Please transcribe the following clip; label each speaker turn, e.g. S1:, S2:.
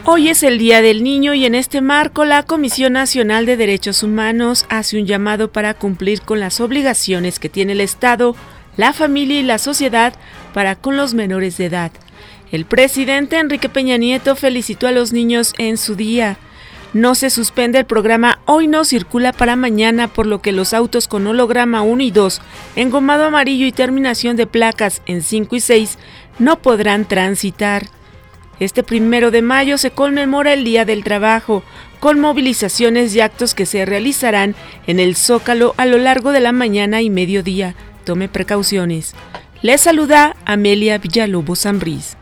S1: Hoy es el Día del Niño y en este marco la Comisión Nacional de Derechos Humanos hace un llamado para cumplir con las obligaciones que tiene el Estado, la familia y la sociedad para con los menores de edad. El presidente Enrique Peña Nieto felicitó a los niños en su día. No se suspende el programa Hoy No Circula para mañana, por lo que los autos con holograma 1 y 2, engomado amarillo y terminación de placas en 5 y 6 no podrán transitar. Este 1 de mayo se conmemora el Día del Trabajo, con movilizaciones y actos que se realizarán en el Zócalo a lo largo de la mañana y mediodía. Tome precauciones. Les saluda Amelia Villalobos Zambriz.